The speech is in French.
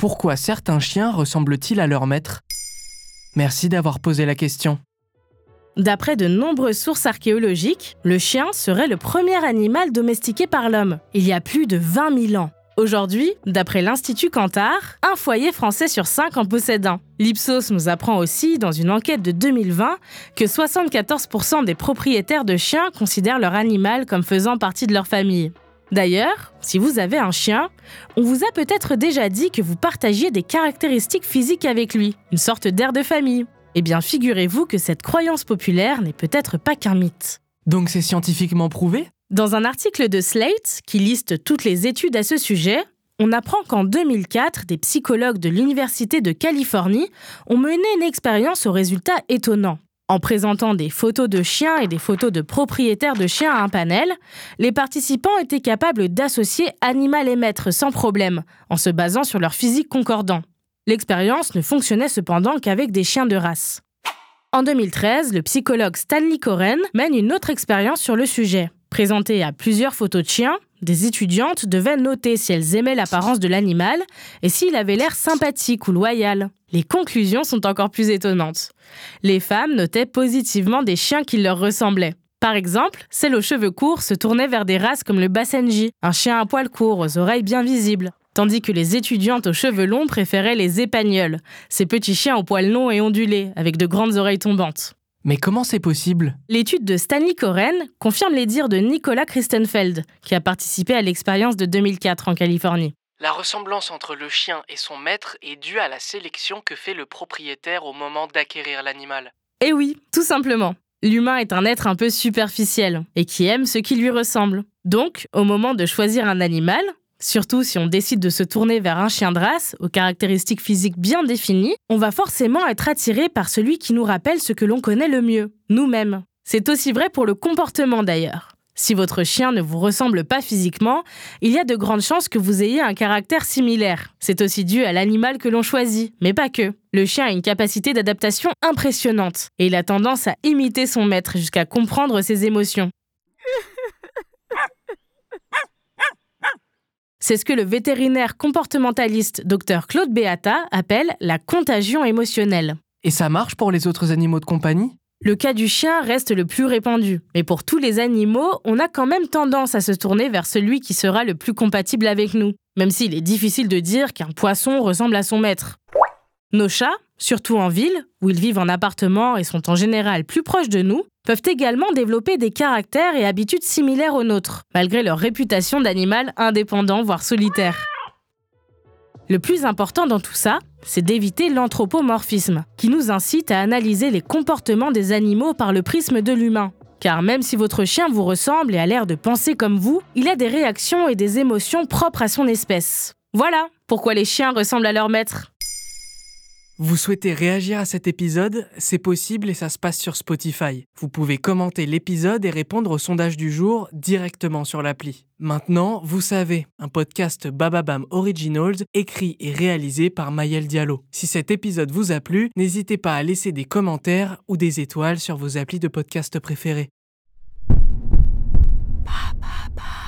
Pourquoi certains chiens ressemblent-ils à leur maître ? Merci d'avoir posé la question. D'après de nombreuses sources archéologiques, le chien serait le premier animal domestiqué par l'homme, il y a plus de 20 000 ans. Aujourd'hui, d'après l'Institut Cantar, un foyer français sur 5 en possède un. L'Ipsos nous apprend aussi, dans une enquête de 2020, que 74% des propriétaires de chiens considèrent leur animal comme faisant partie de leur famille. D'ailleurs, si vous avez un chien, on vous a peut-être déjà dit que vous partagiez des caractéristiques physiques avec lui, une sorte d'air de famille. Eh bien, figurez-vous que cette croyance populaire n'est peut-être pas qu'un mythe. Donc c'est scientifiquement prouvé ? Dans un article de Slate, qui liste toutes les études à ce sujet, on apprend qu'en 2004, des psychologues de l'Université de Californie ont mené une expérience aux résultats étonnants. En présentant des photos de chiens et des photos de propriétaires de chiens à un panel, les participants étaient capables d'associer animal et maître sans problème, en se basant sur leur physique concordant. L'expérience ne fonctionnait cependant qu'avec des chiens de race. En 2013, le psychologue Stanley Coren mène une autre expérience sur le sujet. Présentée à plusieurs photos de chiens, des étudiantes devaient noter si elles aimaient l'apparence de l'animal et s'il avait l'air sympathique ou loyal. Les conclusions sont encore plus étonnantes. Les femmes notaient positivement des chiens qui leur ressemblaient. Par exemple, celles aux cheveux courts se tournaient vers des races comme le Basenji, un chien à poils courts aux oreilles bien visibles, tandis que les étudiantes aux cheveux longs préféraient les épagnols, ces petits chiens aux poils longs et ondulés, avec de grandes oreilles tombantes. Mais comment c'est possible ? L'étude de Stanley Coren confirme les dires de Nicolas Christenfeld, qui a participé à l'expérience de 2004 en Californie. La ressemblance entre le chien et son maître est due à la sélection que fait le propriétaire au moment d'acquérir l'animal. Eh oui, tout simplement. L'humain est un être un peu superficiel et qui aime ce qui lui ressemble. Donc, au moment de choisir un animal, surtout si on décide de se tourner vers un chien de race, aux caractéristiques physiques bien définies, on va forcément être attiré par celui qui nous rappelle ce que l'on connaît le mieux, nous-mêmes. C'est aussi vrai pour le comportement d'ailleurs. Si votre chien ne vous ressemble pas physiquement, il y a de grandes chances que vous ayez un caractère similaire. C'est aussi dû à l'animal que l'on choisit, mais pas que. Le chien a une capacité d'adaptation impressionnante et il a tendance à imiter son maître jusqu'à comprendre ses émotions. C'est ce que le vétérinaire comportementaliste Dr Claude Beata appelle la contagion émotionnelle. Et ça marche pour les autres animaux de compagnie ? Le cas du chien reste le plus répandu, mais pour tous les animaux, on a quand même tendance à se tourner vers celui qui sera le plus compatible avec nous, même s'il est difficile de dire qu'un poisson ressemble à son maître. Nos chats, surtout en ville, où ils vivent en appartement et sont en général plus proches de nous, peuvent également développer des caractères et habitudes similaires aux nôtres, malgré leur réputation d'animal indépendant, voire solitaire. Le plus important dans tout ça, c'est d'éviter l'anthropomorphisme, qui nous incite à analyser les comportements des animaux par le prisme de l'humain. Car même si votre chien vous ressemble et a l'air de penser comme vous, il a des réactions et des émotions propres à son espèce. Voilà pourquoi les chiens ressemblent à leur maître. Vous souhaitez réagir à cet épisode ? C'est possible et ça se passe sur Spotify. Vous pouvez commenter l'épisode et répondre au sondage du jour directement sur l'appli. Maintenant, vous savez, un podcast Bababam Originals écrit et réalisé par Maël Diallo. Si cet épisode vous a plu, n'hésitez pas à laisser des commentaires ou des étoiles sur vos applis de podcast préférés.